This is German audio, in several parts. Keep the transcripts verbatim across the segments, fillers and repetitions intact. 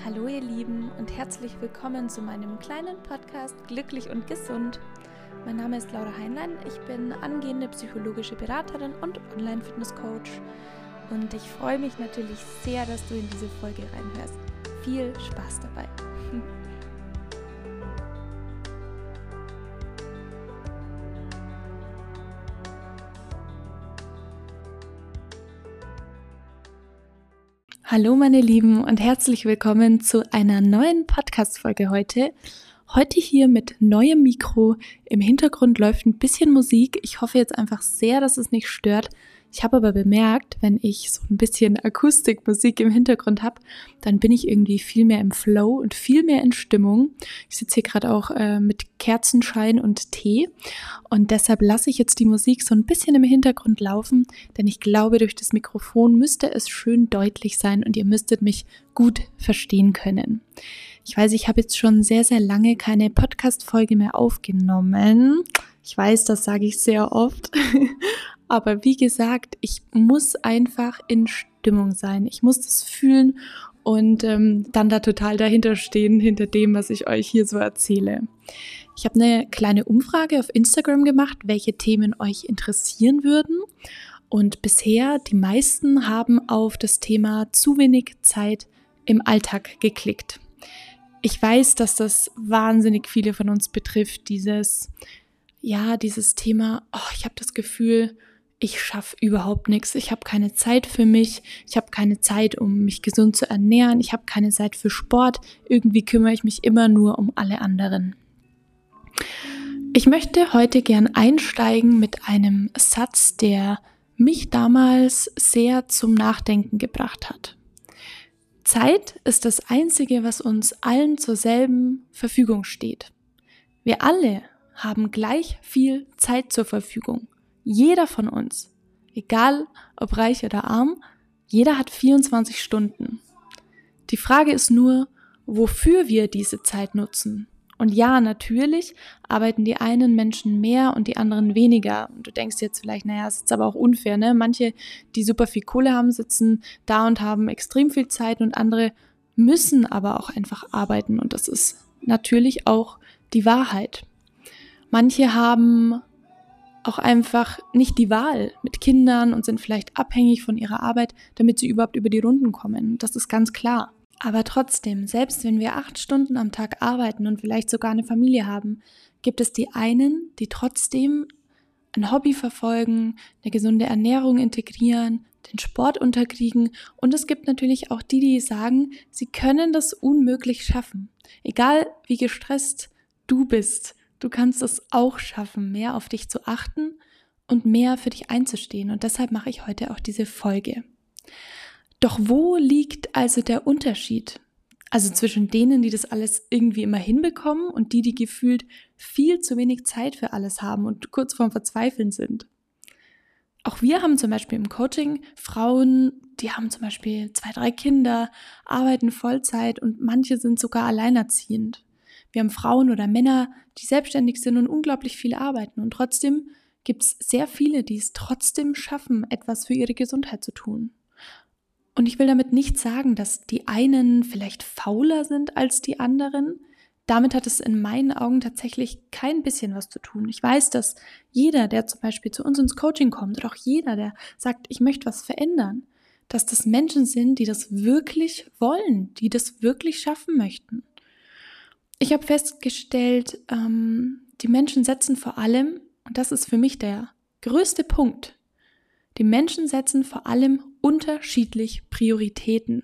Hallo ihr Lieben und herzlich willkommen zu meinem kleinen Podcast Glücklich und Gesund. Mein Name ist Laura Heinlein, ich bin angehende psychologische Beraterin und Online-Fitness-Coach und ich freue mich natürlich sehr, dass du in diese Folge reinhörst. Viel Spaß dabei! Hallo meine Lieben und herzlich willkommen zu einer neuen Podcast-Folge heute. Heute hier mit neuem Mikro. Im Hintergrund läuft ein bisschen Musik. Ich hoffe jetzt einfach sehr, dass es nicht stört. Ich habe aber bemerkt, wenn ich so ein bisschen Akustikmusik im Hintergrund habe, dann bin ich irgendwie viel mehr im Flow und viel mehr in Stimmung. Ich sitze hier gerade auch äh, mit Kerzenschein und Tee und deshalb lasse ich jetzt die Musik so ein bisschen im Hintergrund laufen, denn ich glaube, durch das Mikrofon müsste es schön deutlich sein und ihr müsstet mich gut verstehen können. Ich weiß, ich habe jetzt schon sehr, sehr lange keine Podcast-Folge mehr aufgenommen. Ich weiß, das sage ich sehr oft. Aber wie gesagt, ich muss einfach in Stimmung sein. Ich muss das fühlen und ähm, dann da total dahinter stehen, hinter dem, was ich euch hier so erzähle. Ich habe eine kleine Umfrage auf Instagram gemacht, welche Themen euch interessieren würden. Und bisher, die meisten haben auf das Thema zu wenig Zeit im Alltag geklickt. Ich weiß, dass das wahnsinnig viele von uns betrifft, dieses, ja, dieses Thema, oh, ich habe das Gefühl, ich schaffe überhaupt nichts, ich habe keine Zeit für mich, ich habe keine Zeit, um mich gesund zu ernähren, ich habe keine Zeit für Sport, irgendwie kümmere ich mich immer nur um alle anderen. Ich möchte heute gern einsteigen mit einem Satz, der mich damals sehr zum Nachdenken gebracht hat. Zeit ist das Einzige, was uns allen zur selben Verfügung steht. Wir alle haben gleich viel Zeit zur Verfügung. Jeder von uns, egal ob reich oder arm, jeder hat vierundzwanzig Stunden. Die Frage ist nur, wofür wir diese Zeit nutzen. Und ja, natürlich arbeiten die einen Menschen mehr und die anderen weniger. Und du denkst jetzt vielleicht, naja, es ist aber auch unfair, ne? Manche, die super viel Kohle haben, sitzen da und haben extrem viel Zeit und andere müssen aber auch einfach arbeiten. Und das ist natürlich auch die Wahrheit. Manche haben auch einfach nicht die Wahl mit Kindern und sind vielleicht abhängig von ihrer Arbeit, damit sie überhaupt über die Runden kommen. Das ist ganz klar. Aber trotzdem, selbst wenn wir acht Stunden am Tag arbeiten und vielleicht sogar eine Familie haben, gibt es die einen, die trotzdem ein Hobby verfolgen, eine gesunde Ernährung integrieren, den Sport unterkriegen und es gibt natürlich auch die, die sagen, sie können das unmöglich schaffen. Egal wie gestresst du bist, du kannst es auch schaffen, mehr auf dich zu achten und mehr für dich einzustehen. Und deshalb mache ich heute auch diese Folge. Doch wo liegt also der Unterschied? Also zwischen denen, die das alles irgendwie immer hinbekommen und die, die gefühlt viel zu wenig Zeit für alles haben und kurz vorm Verzweifeln sind. Auch wir haben zum Beispiel im Coaching Frauen, die haben zum Beispiel zwei, drei Kinder, arbeiten Vollzeit und manche sind sogar alleinerziehend. Wir haben Frauen oder Männer, die selbstständig sind und unglaublich viel arbeiten. Und trotzdem gibt es sehr viele, die es trotzdem schaffen, etwas für ihre Gesundheit zu tun. Und ich will damit nicht sagen, dass die einen vielleicht fauler sind als die anderen. Damit hat es in meinen Augen tatsächlich kein bisschen was zu tun. Ich weiß, dass jeder, der zum Beispiel zu uns ins Coaching kommt oder auch jeder, der sagt, ich möchte was verändern, dass das Menschen sind, die das wirklich wollen, die das wirklich schaffen möchten. Ich habe festgestellt, ähm, die Menschen setzen vor allem, und das ist für mich der größte Punkt, die Menschen setzen vor allem unterschiedlich Prioritäten.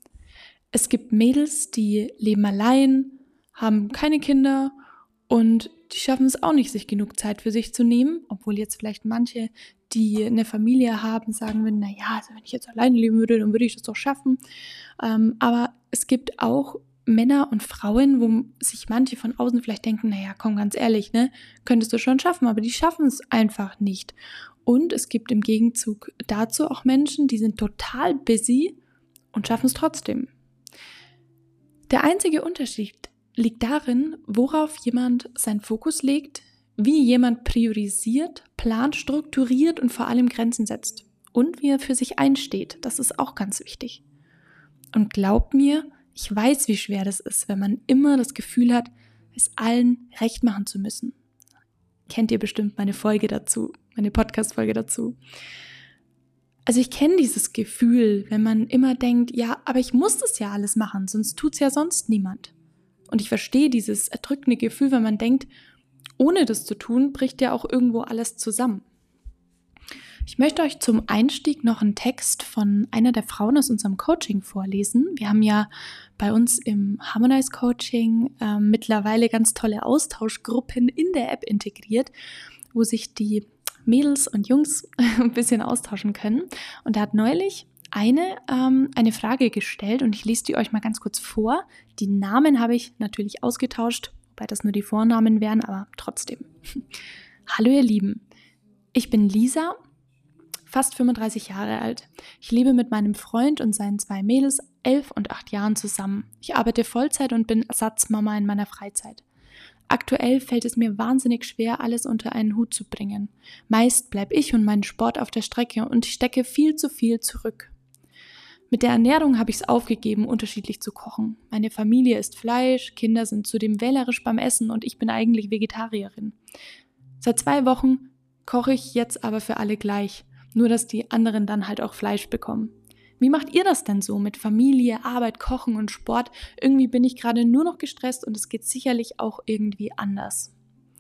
Es gibt Mädels, die leben allein, haben keine Kinder und die schaffen es auch nicht, sich genug Zeit für sich zu nehmen, obwohl jetzt vielleicht manche, die eine Familie haben, sagen würden, naja, also wenn ich jetzt alleine leben würde, dann würde ich das doch schaffen. Ähm, aber es gibt auch Männer und Frauen, wo sich manche von außen vielleicht denken, naja, komm, ganz ehrlich, ne, könntest du schon schaffen, aber die schaffen es einfach nicht. Und es gibt im Gegenzug dazu auch Menschen, die sind total busy und schaffen es trotzdem. Der einzige Unterschied liegt darin, worauf jemand seinen Fokus legt, wie jemand priorisiert, plant, strukturiert und vor allem Grenzen setzt. Und wie er für sich einsteht. Das ist auch ganz wichtig. Und glaubt mir, Ich weiß, wie schwer das ist, wenn man immer das Gefühl hat, es allen recht machen zu müssen. Kennt ihr bestimmt meine Folge dazu, meine Podcast-Folge dazu. Also ich kenne dieses Gefühl, wenn man immer denkt, ja, aber ich muss das ja alles machen, sonst tut's ja sonst niemand. Und ich verstehe dieses erdrückende Gefühl, wenn man denkt, ohne das zu tun, bricht ja auch irgendwo alles zusammen. Ich möchte euch zum Einstieg noch einen Text von einer der Frauen aus unserem Coaching vorlesen. Wir haben ja bei uns im Harmonize Coaching äh, mittlerweile ganz tolle Austauschgruppen in der App integriert, wo sich die Mädels und Jungs ein bisschen austauschen können. Und da hat neulich eine, ähm, eine Frage gestellt und ich lese die euch mal ganz kurz vor. Die Namen habe ich natürlich ausgetauscht, wobei das nur die Vornamen wären, aber trotzdem. Hallo ihr Lieben, ich bin Lisa, fast fünfunddreißig Jahre alt. Ich lebe mit meinem Freund und seinen zwei Mädels elf und acht Jahren zusammen. Ich arbeite Vollzeit und bin Ersatzmama in meiner Freizeit. Aktuell fällt es mir wahnsinnig schwer, alles unter einen Hut zu bringen. Meist bleibe ich und mein Sport auf der Strecke und ich stecke viel zu viel zurück. Mit der Ernährung habe ich es aufgegeben, unterschiedlich zu kochen. Meine Familie isst Fleisch, Kinder sind zudem wählerisch beim Essen und ich bin eigentlich Vegetarierin. Seit zwei Wochen koche ich jetzt aber für alle gleich. Nur, dass die anderen dann halt auch Fleisch bekommen. Wie macht ihr das denn so mit Familie, Arbeit, Kochen und Sport? Irgendwie bin ich gerade nur noch gestresst und es geht sicherlich auch irgendwie anders.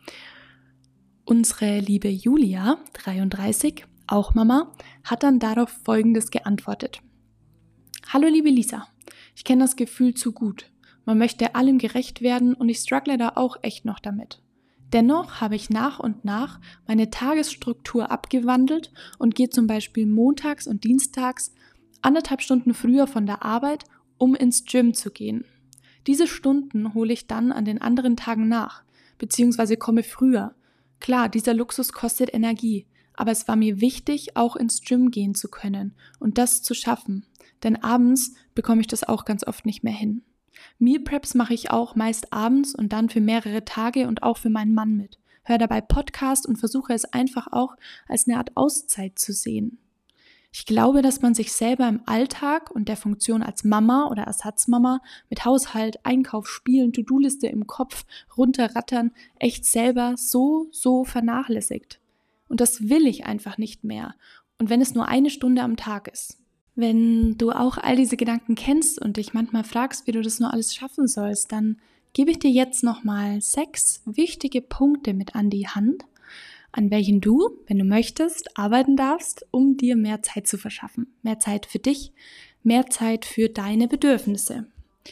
Unsere liebe Julia, dreiunddreißig, auch Mama, hat dann darauf Folgendes geantwortet. Hallo liebe Lisa, ich kenne das Gefühl zu gut. Man möchte allem gerecht werden und ich struggle da auch echt noch damit. Dennoch habe ich nach und nach meine Tagesstruktur abgewandelt und gehe zum Beispiel montags und dienstags anderthalb Stunden früher von der Arbeit, um ins Gym zu gehen. Diese Stunden hole ich dann an den anderen Tagen nach, beziehungsweise komme früher. Klar, dieser Luxus kostet Energie, aber es war mir wichtig, auch ins Gym gehen zu können und das zu schaffen, denn abends bekomme ich das auch ganz oft nicht mehr hin. Meal Preps mache ich auch meist abends und dann für mehrere Tage und auch für meinen Mann mit. Höre dabei Podcast und versuche es einfach auch als eine Art Auszeit zu sehen. Ich glaube, dass man sich selber im Alltag und der Funktion als Mama oder Ersatzmama mit Haushalt, Einkauf, Spielen, To-Do-Liste im Kopf, runterrattern, echt selber so, so vernachlässigt. Und das will ich einfach nicht mehr. Und wenn es nur eine Stunde am Tag ist. Wenn du auch all diese Gedanken kennst und dich manchmal fragst, wie du das nur alles schaffen sollst, dann gebe ich dir jetzt nochmal sechs wichtige Punkte mit an die Hand, an welchen du, wenn du möchtest, arbeiten darfst, um dir mehr Zeit zu verschaffen. Mehr Zeit für dich, mehr Zeit für deine Bedürfnisse.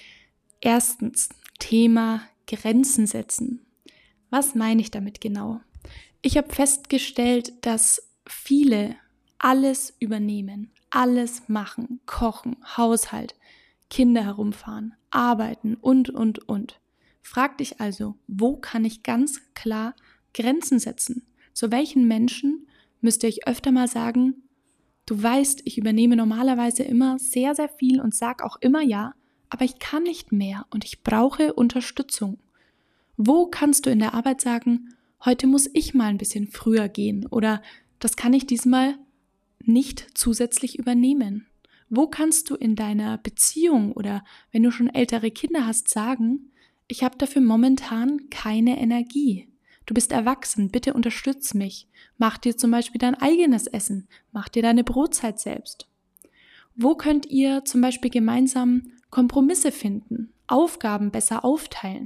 Erstens, Thema Grenzen setzen. Was meine ich damit genau? Ich habe festgestellt, dass viele alles übernehmen. Alles machen, kochen, Haushalt, Kinder herumfahren, arbeiten und, und, und. Frag dich also, wo kann ich ganz klar Grenzen setzen? Zu welchen Menschen müsste ich öfter mal sagen, du weißt, ich übernehme normalerweise immer sehr, sehr viel und sag auch immer ja, aber ich kann nicht mehr und ich brauche Unterstützung. Wo kannst du in der Arbeit sagen, heute muss ich mal ein bisschen früher gehen oder das kann ich diesmal nicht zusätzlich übernehmen? Wo kannst du in deiner Beziehung oder wenn du schon ältere Kinder hast sagen, ich habe dafür momentan keine Energie. Du bist erwachsen, bitte unterstütz mich. Mach dir zum Beispiel dein eigenes Essen, mach dir deine Brotzeit selbst. Wo könnt ihr zum Beispiel gemeinsam Kompromisse finden, Aufgaben besser aufteilen?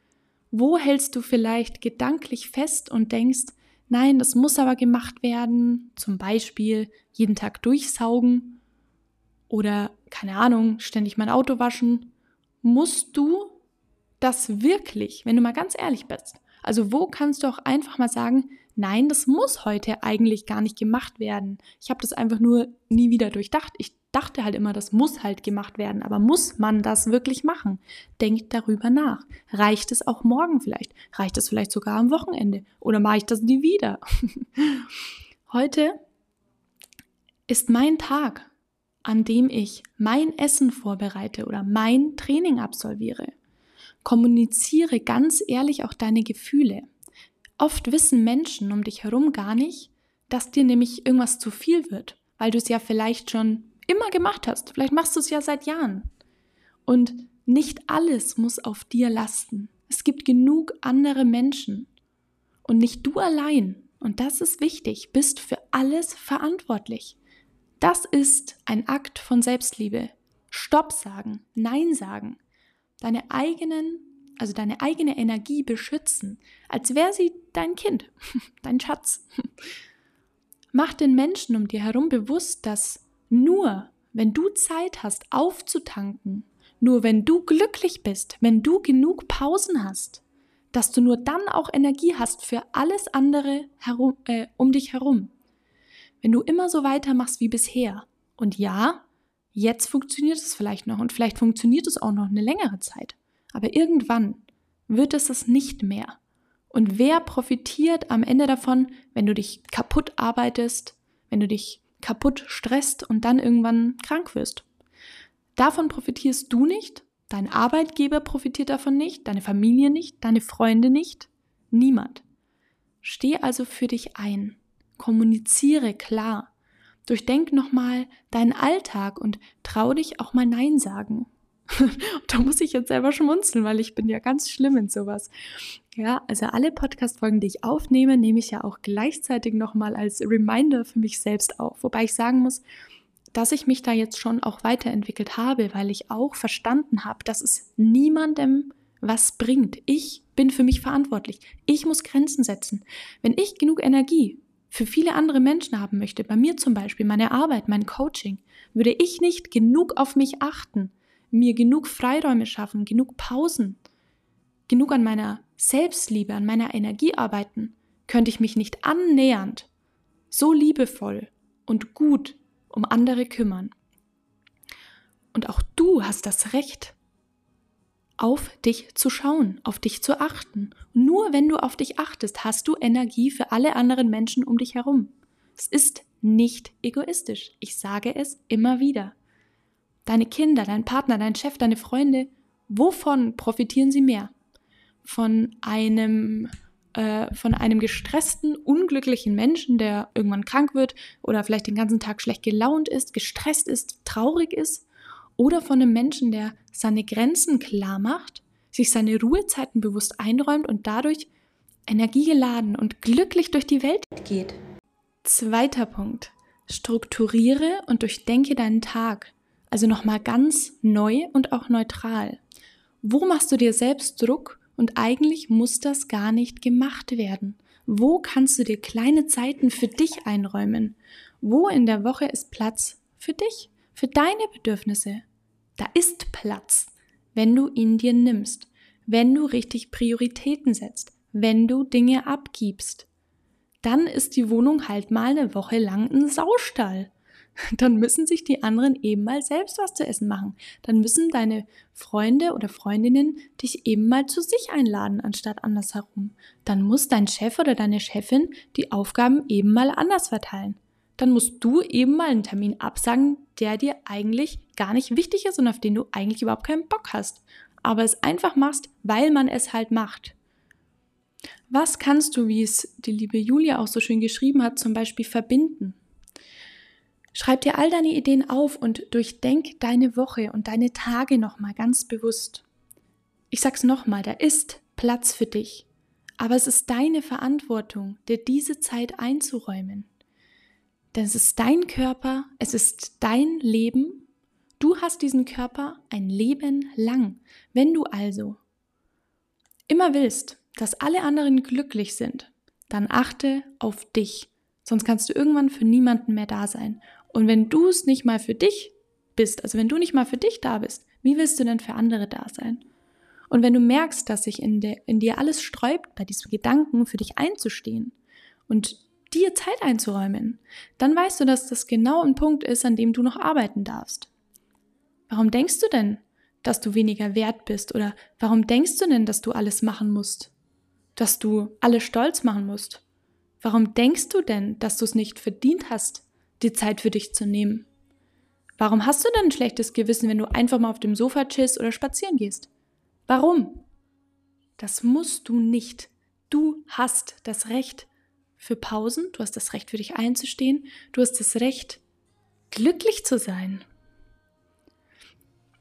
Wo hältst du vielleicht gedanklich fest und denkst, nein, das muss aber gemacht werden, zum Beispiel jeden Tag durchsaugen oder, keine Ahnung, ständig mein Auto waschen. Musst du das wirklich, wenn du mal ganz ehrlich bist? Also wo kannst du auch einfach mal sagen, nein, das muss heute eigentlich gar nicht gemacht werden. Ich habe das einfach nur nie wieder durchdacht. Ich dachte halt immer, das muss halt gemacht werden. Aber muss man das wirklich machen? Denkt darüber nach. Reicht es auch morgen vielleicht? Reicht es vielleicht sogar am Wochenende? Oder mache ich das nie wieder? Heute ist mein Tag, an dem ich mein Essen vorbereite oder mein Training absolviere. Kommuniziere ganz ehrlich auch deine Gefühle. Oft wissen Menschen um dich herum gar nicht, dass dir nämlich irgendwas zu viel wird, weil du es ja vielleicht schon immer gemacht hast. Vielleicht machst du es ja seit Jahren. Und Nicht alles muss auf dir lasten. Es gibt genug andere Menschen und nicht du allein. Und das ist wichtig, bist für alles verantwortlich. Das ist ein Akt von Selbstliebe. Stopp sagen, Nein sagen, deine eigenen, also deine eigene Energie beschützen, als wäre sie dein Kind, dein Schatz. Mach den Menschen um dir herum bewusst, dass nur, wenn du Zeit hast, aufzutanken, nur wenn du glücklich bist, wenn du genug Pausen hast, dass du nur dann auch Energie hast für alles andere herum, äh, um dich herum. Wenn du immer so weitermachst wie bisher, und ja, jetzt funktioniert es vielleicht noch und vielleicht funktioniert es auch noch eine längere Zeit, aber irgendwann wird es das nicht mehr. Und wer profitiert am Ende davon, wenn du dich kaputt arbeitest, wenn du dich kaputt stresst und dann irgendwann krank wirst? Davon profitierst du nicht, dein Arbeitgeber profitiert davon nicht, deine Familie nicht, deine Freunde nicht, niemand. Steh also für dich ein, kommuniziere klar, durchdenk nochmal deinen Alltag und trau dich auch mal Nein sagen. Da muss ich jetzt selber schmunzeln, weil ich bin ja ganz schlimm in sowas. Ja, also alle Podcast-Folgen, die ich aufnehme, nehme ich ja auch gleichzeitig nochmal als Reminder für mich selbst auf. Wobei ich sagen muss, dass ich mich da jetzt schon auch weiterentwickelt habe, weil ich auch verstanden habe, dass es niemandem was bringt. Ich bin für mich verantwortlich. Ich muss Grenzen setzen. Wenn ich genug Energie für viele andere Menschen haben möchte, bei mir zum Beispiel, meine Arbeit, mein Coaching, würde ich nicht genug auf mich achten, mir genug Freiräume schaffen, genug Pausen, genug an meiner Selbstliebe, an meiner Energie arbeiten, könnte ich mich nicht annähernd so liebevoll und gut um andere kümmern. Und auch du hast das Recht, auf dich zu schauen, auf dich zu achten. Nur wenn du auf dich achtest, hast du Energie für alle anderen Menschen um dich herum. Es ist nicht egoistisch. Ich sage es immer wieder. Deine Kinder, dein Partner, dein Chef, deine Freunde, wovon profitieren sie mehr? Von einem, äh, von einem gestressten, unglücklichen Menschen, der irgendwann krank wird oder vielleicht den ganzen Tag schlecht gelaunt ist, gestresst ist, traurig ist? Oder von einem Menschen, der seine Grenzen klar macht, sich seine Ruhezeiten bewusst einräumt und dadurch energiegeladen und glücklich durch die Welt geht? Zweiter Punkt. Strukturiere und durchdenke deinen Tag. Also nochmal ganz neu und auch neutral. Wo machst du dir selbst Druck und eigentlich muss das gar nicht gemacht werden? Wo kannst du dir kleine Zeiten für dich einräumen? Wo in der Woche ist Platz für dich, für deine Bedürfnisse? Da ist Platz, wenn du ihn dir nimmst, wenn du richtig Prioritäten setzt, wenn du Dinge abgibst. Dann ist die Wohnung halt mal eine Woche lang ein Saustall. Dann müssen sich die anderen eben mal selbst was zu essen machen. Dann müssen deine Freunde oder Freundinnen dich eben mal zu sich einladen, anstatt andersherum. Dann muss dein Chef oder deine Chefin die Aufgaben eben mal anders verteilen. Dann musst du eben mal einen Termin absagen, der dir eigentlich gar nicht wichtig ist und auf den du eigentlich überhaupt keinen Bock hast. Aber es einfach machst, weil man es halt macht. Was kannst du, wie es die liebe Julia auch so schön geschrieben hat, zum Beispiel verbinden? Schreib dir all deine Ideen auf und durchdenk deine Woche und deine Tage nochmal ganz bewusst. Ich sag's nochmal, da ist Platz für dich. Aber es ist deine Verantwortung, dir diese Zeit einzuräumen. Denn es ist dein Körper, es ist dein Leben. Du hast diesen Körper ein Leben lang. Wenn du also immer willst, dass alle anderen glücklich sind, dann achte auf dich. Sonst kannst du irgendwann für niemanden mehr da sein. Und wenn du es nicht mal für dich bist, also wenn du nicht mal für dich da bist, wie willst du denn für andere da sein? Und wenn du merkst, dass sich in, de, in dir alles sträubt, bei diesem Gedanken für dich einzustehen und dir Zeit einzuräumen, dann weißt du, dass das genau ein Punkt ist, an dem du noch arbeiten darfst. Warum denkst du denn, dass du weniger wert bist? Oder warum denkst du denn, dass du alles machen musst? Dass du alle stolz machen musst? Warum denkst du denn, dass du es nicht verdient hast, die Zeit für dich zu nehmen? Warum hast du denn ein schlechtes Gewissen, wenn du einfach mal auf dem Sofa chillst oder spazieren gehst? Warum? Das musst du nicht. Du hast das Recht für Pausen, du hast das Recht für dich einzustehen, du hast das Recht, glücklich zu sein.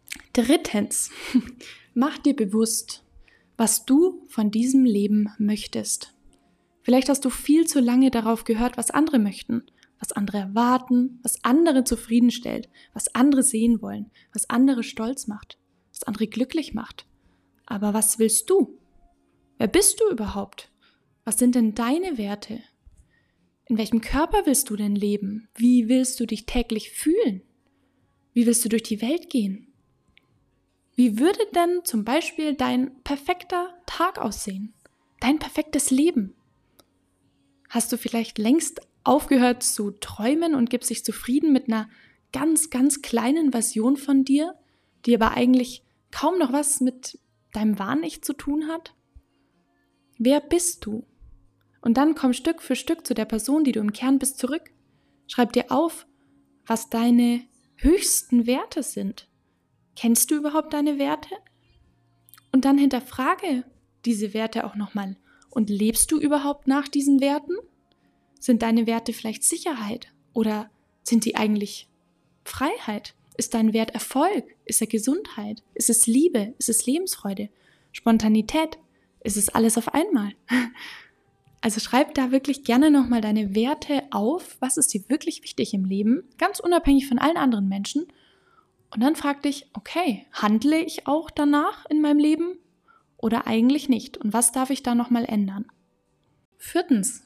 Drittens, mach dir bewusst, was du von diesem Leben möchtest. Vielleicht hast du viel zu lange darauf gehört, was andere möchten, was andere erwarten, was andere zufriedenstellt, was andere sehen wollen, was andere stolz macht, was andere glücklich macht. Aber was willst du? Wer bist du überhaupt? Was sind denn deine Werte? In welchem Körper willst du denn leben? Wie willst du dich täglich fühlen? Wie willst du durch die Welt gehen? Wie würde denn zum Beispiel dein perfekter Tag aussehen? Dein perfektes Leben? Hast du vielleicht längst aufgehört zu träumen und gibst dich zufrieden mit einer ganz, ganz kleinen Version von dir, die aber eigentlich kaum noch was mit deinem wahren Ich zu tun hat? Wer bist du? Und dann komm Stück für Stück zu der Person, die du im Kern bist, zurück. Schreib dir auf, was deine höchsten Werte sind. Kennst du überhaupt deine Werte? Und dann hinterfrage diese Werte auch nochmal. Und lebst du überhaupt nach diesen Werten? Sind deine Werte vielleicht Sicherheit? Oder sind die eigentlich Freiheit? Ist dein Wert Erfolg? Ist er Gesundheit? Ist es Liebe? Ist es Lebensfreude? Spontanität? Ist es alles auf einmal? Also schreib da wirklich gerne nochmal deine Werte auf. Was ist dir wirklich wichtig im Leben? Ganz unabhängig von allen anderen Menschen. Und dann frag dich, okay, handle ich auch danach in meinem Leben oder eigentlich nicht? Und was darf ich da nochmal ändern? Viertens,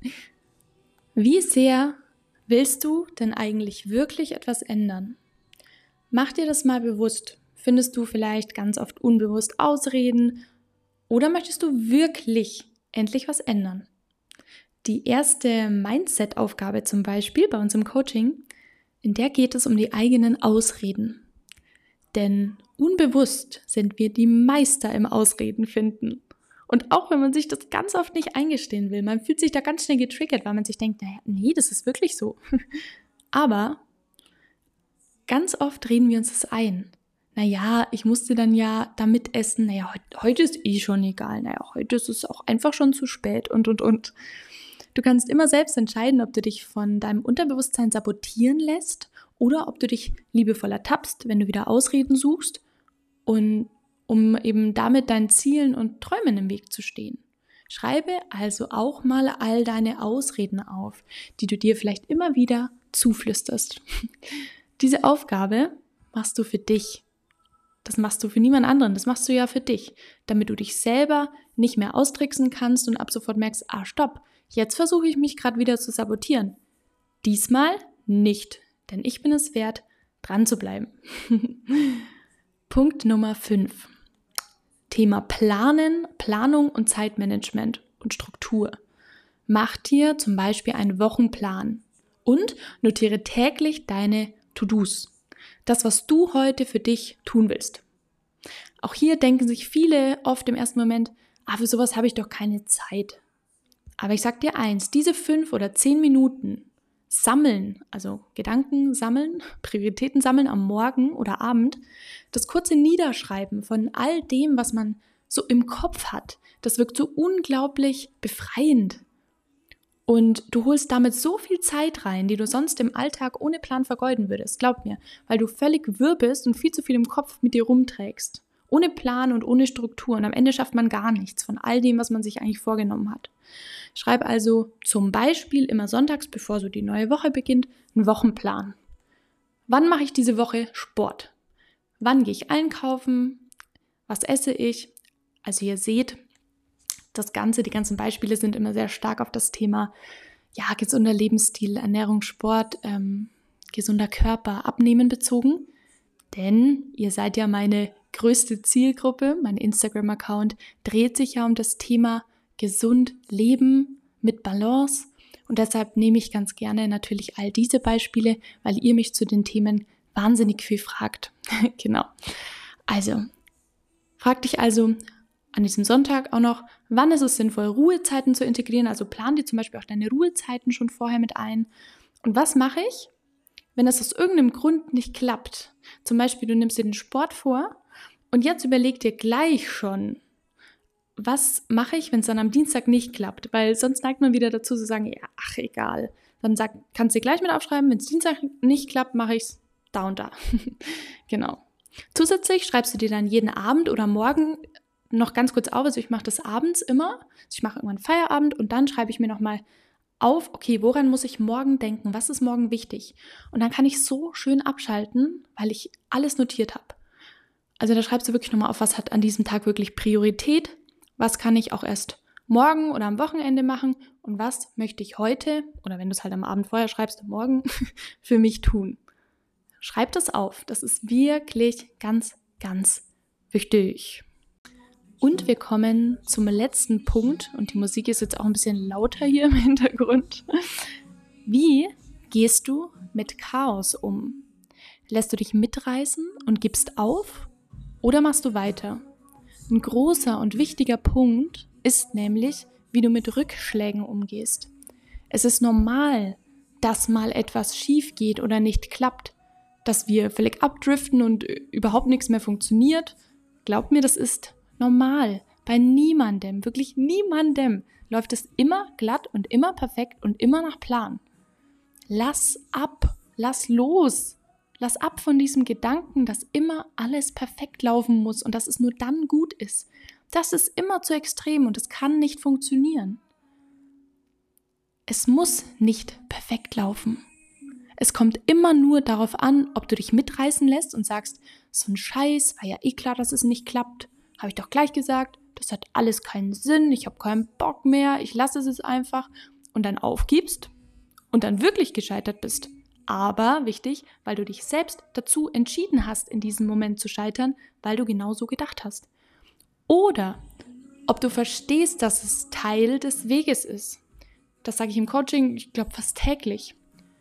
wie sehr willst du denn eigentlich wirklich etwas ändern? Mach dir das mal bewusst. Findest du vielleicht ganz oft unbewusst Ausreden oder möchtest du wirklich endlich was ändern? Die erste Mindset-Aufgabe zum Beispiel bei uns im Coaching, in der geht es um die eigenen Ausreden. Denn unbewusst sind wir die Meister im Ausreden finden. Und auch wenn man sich das ganz oft nicht eingestehen will, man fühlt sich da ganz schnell getriggert, weil man sich denkt, naja, nee, das ist wirklich so. Aber ganz oft reden wir uns das ein. Naja, ich musste dann ja damit essen, naja, heute, heute ist eh schon egal, naja, heute ist es auch einfach schon zu spät und, und, und. Du kannst immer selbst entscheiden, ob du dich von deinem Unterbewusstsein sabotieren lässt oder ob du dich liebevoll ertappst, wenn du wieder Ausreden suchst und um eben damit deinen Zielen und Träumen im Weg zu stehen. Schreibe also auch mal all deine Ausreden auf, die du dir vielleicht immer wieder zuflüsterst. Diese Aufgabe machst du für dich. Das machst du für niemand anderen, das machst du ja für dich, damit du dich selber nicht mehr austricksen kannst und ab sofort merkst, ah, stopp, jetzt versuche ich mich gerade wieder zu sabotieren. Diesmal nicht, denn ich bin es wert, dran zu bleiben. Punkt Nummer fünf. Thema Planen, Planung und Zeitmanagement und Struktur. Mach dir zum Beispiel einen Wochenplan und notiere täglich deine To-Dos. Das, was du heute für dich tun willst. Auch hier denken sich viele oft im ersten Moment, ah, für sowas habe ich doch keine Zeit. Aber ich sag dir eins, diese fünf oder zehn Minuten sammeln, also Gedanken sammeln, Prioritäten sammeln am Morgen oder Abend, das kurze Niederschreiben von all dem, was man so im Kopf hat, das wirkt so unglaublich befreiend. Und du holst damit so viel Zeit rein, die du sonst im Alltag ohne Plan vergeuden würdest, glaub mir, weil du völlig wirr bist und viel zu viel im Kopf mit dir rumträgst. Ohne Plan und ohne Struktur und am Ende schafft man gar nichts von all dem, was man sich eigentlich vorgenommen hat. Schreib also zum Beispiel immer sonntags, bevor so die neue Woche beginnt, einen Wochenplan. Wann mache ich diese Woche Sport? Wann gehe ich einkaufen? Was esse ich? Also ihr seht, das Ganze, die ganzen Beispiele sind immer sehr stark auf das Thema, ja, gesunder Lebensstil, Ernährung, Sport, ähm, gesunder Körper, Abnehmen bezogen. Denn ihr seid ja meine größte Zielgruppe, mein Instagram-Account dreht sich ja um das Thema gesund leben mit Balance. Und deshalb nehme ich ganz gerne natürlich all diese Beispiele, weil ihr mich zu den Themen wahnsinnig viel fragt. Genau. Also, frag dich also an diesem Sonntag auch noch, wann ist es sinnvoll, Ruhezeiten zu integrieren. Also plan dir zum Beispiel auch deine Ruhezeiten schon vorher mit ein. Und was mache ich, wenn das aus irgendeinem Grund nicht klappt? Zum Beispiel, du nimmst dir den Sport vor und jetzt überleg dir gleich schon, was mache ich, wenn es dann am Dienstag nicht klappt? Weil sonst neigt man wieder dazu zu sagen, ja, ach, egal. Dann sag, kannst du dir gleich mit aufschreiben, wenn es Dienstag nicht klappt, mache ich es da und da. Genau. Zusätzlich schreibst du dir dann jeden Abend oder morgen noch ganz kurz auf, also ich mache das abends immer, also ich mache irgendwann Feierabend und dann schreibe ich mir nochmal auf, okay, woran muss ich morgen denken, was ist morgen wichtig? Und dann kann ich so schön abschalten, weil ich alles notiert habe. Also da schreibst du wirklich nochmal auf, was hat an diesem Tag wirklich Priorität, was kann ich auch erst morgen oder am Wochenende machen und was möchte ich heute, oder wenn du es halt am Abend vorher schreibst, morgen für mich tun. Schreib das auf, das ist wirklich ganz, ganz wichtig. Und wir kommen zum letzten Punkt und die Musik ist jetzt auch ein bisschen lauter hier im Hintergrund. Wie gehst du mit Chaos um? Lässt du dich mitreißen und gibst auf oder machst du weiter? Ein großer und wichtiger Punkt ist nämlich, wie du mit Rückschlägen umgehst. Es ist normal, dass mal etwas schief geht oder nicht klappt, dass wir völlig abdriften und überhaupt nichts mehr funktioniert. Glaub mir, das ist normal. Bei niemandem, wirklich niemandem läuft es immer glatt und immer perfekt und immer nach Plan. Lass ab, lass los. Lass ab von diesem Gedanken, dass immer alles perfekt laufen muss und dass es nur dann gut ist. Das ist immer zu extrem und es kann nicht funktionieren. Es muss nicht perfekt laufen. Es kommt immer nur darauf an, ob du dich mitreißen lässt und sagst, so ein Scheiß, war ja eh klar, dass es nicht klappt. Habe ich doch gleich gesagt, das hat alles keinen Sinn, ich habe keinen Bock mehr, ich lasse es einfach und dann aufgibst und dann wirklich gescheitert bist. Aber wichtig, weil du dich selbst dazu entschieden hast, in diesem Moment zu scheitern, weil du genau so gedacht hast. Oder ob du verstehst, dass es Teil des Weges ist. Das sage ich im Coaching, ich glaube fast täglich.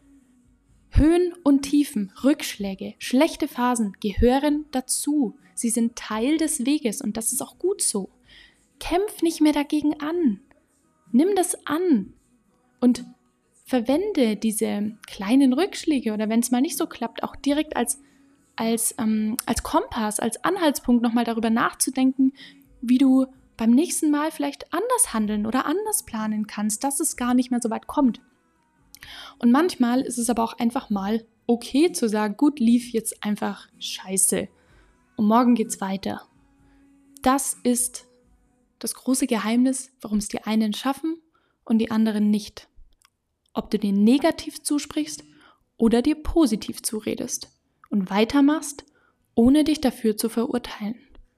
Höhen und Tiefen, Rückschläge, schlechte Phasen gehören dazu. Sie sind Teil des Weges und das ist auch gut so. Kämpf nicht mehr dagegen an. Nimm das an und verwende diese kleinen Rückschläge oder wenn es mal nicht so klappt, auch direkt als, als, ähm, als Kompass, als Anhaltspunkt nochmal darüber nachzudenken, wie du beim nächsten Mal vielleicht anders handeln oder anders planen kannst, dass es gar nicht mehr so weit kommt. Und manchmal ist es aber auch einfach mal okay zu sagen, gut, lief jetzt einfach scheiße und morgen geht's weiter. Das ist das große Geheimnis, warum es die einen schaffen und die anderen nicht. Ob du dir negativ zusprichst oder dir positiv zuredest und weitermachst, ohne dich dafür zu verurteilen.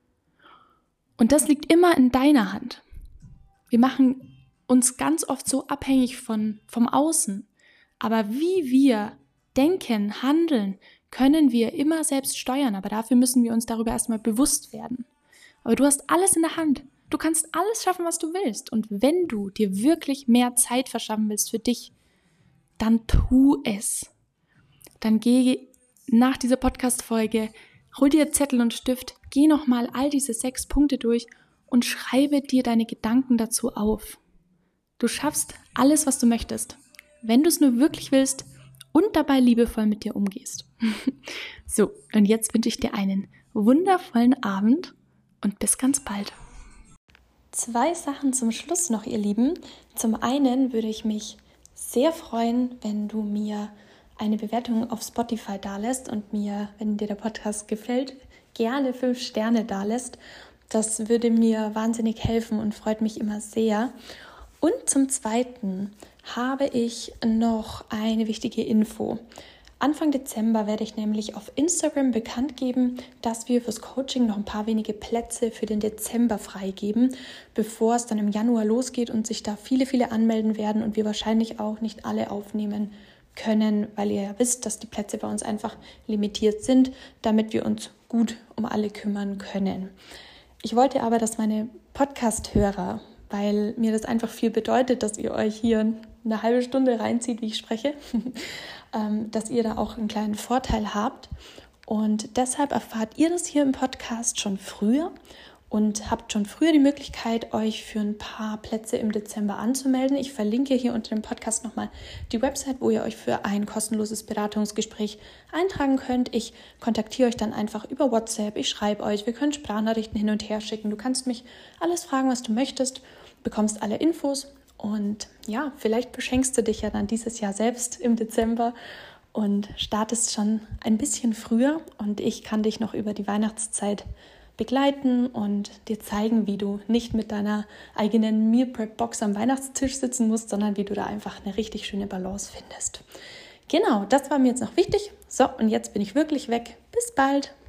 Und das liegt immer in deiner Hand. Wir machen uns ganz oft so abhängig von, vom Außen. Aber wie wir denken, handeln, können wir immer selbst steuern. Aber dafür müssen wir uns darüber erstmal bewusst werden. Aber du hast alles in der Hand. Du kannst alles schaffen, was du willst. Und wenn du dir wirklich mehr Zeit verschaffen willst für dich, dann tu es. Dann geh nach dieser Podcast-Folge, hol dir Zettel und Stift, geh nochmal all diese sechs Punkte durch und schreibe dir deine Gedanken dazu auf. Du schaffst alles, was du möchtest, wenn du es nur wirklich willst und dabei liebevoll mit dir umgehst. So, und jetzt wünsche ich dir einen wundervollen Abend und bis ganz bald. Zwei Sachen zum Schluss noch, ihr Lieben. Zum einen würde ich mich sehr freuen, wenn du mir eine Bewertung auf Spotify dalässt und mir, wenn dir der Podcast gefällt, gerne fünf Sterne dalässt. Das würde mir wahnsinnig helfen und freut mich immer sehr. Und zum Zweiten habe ich noch eine wichtige Info. Anfang Dezember werde ich nämlich auf Instagram bekannt geben, dass wir fürs Coaching noch ein paar wenige Plätze für den Dezember freigeben, bevor es dann im Januar losgeht und sich da viele, viele anmelden werden und wir wahrscheinlich auch nicht alle aufnehmen können, weil ihr ja wisst, dass die Plätze bei uns einfach limitiert sind, damit wir uns gut um alle kümmern können. Ich wollte aber, dass meine Podcast-Hörer, weil mir das einfach viel bedeutet, dass ihr euch hier eine halbe Stunde reinzieht, wie ich spreche, dass ihr da auch einen kleinen Vorteil habt. Und deshalb erfahrt ihr das hier im Podcast schon früher und habt schon früher die Möglichkeit, euch für ein paar Plätze im Dezember anzumelden. Ich verlinke hier unter dem Podcast nochmal die Website, wo ihr euch für ein kostenloses Beratungsgespräch eintragen könnt. Ich kontaktiere euch dann einfach über WhatsApp, ich schreibe euch, wir können Sprachnachrichten hin und her schicken. Du kannst mich alles fragen, was du möchtest, bekommst alle Infos und ja, vielleicht beschenkst du dich ja dann dieses Jahr selbst im Dezember und startest schon ein bisschen früher und ich kann dich noch über die Weihnachtszeit begleiten und dir zeigen, wie du nicht mit deiner eigenen Meal Prep Box am Weihnachtstisch sitzen musst, sondern wie du da einfach eine richtig schöne Balance findest. Genau, das war mir jetzt noch wichtig. So, und jetzt bin ich wirklich weg. Bis bald!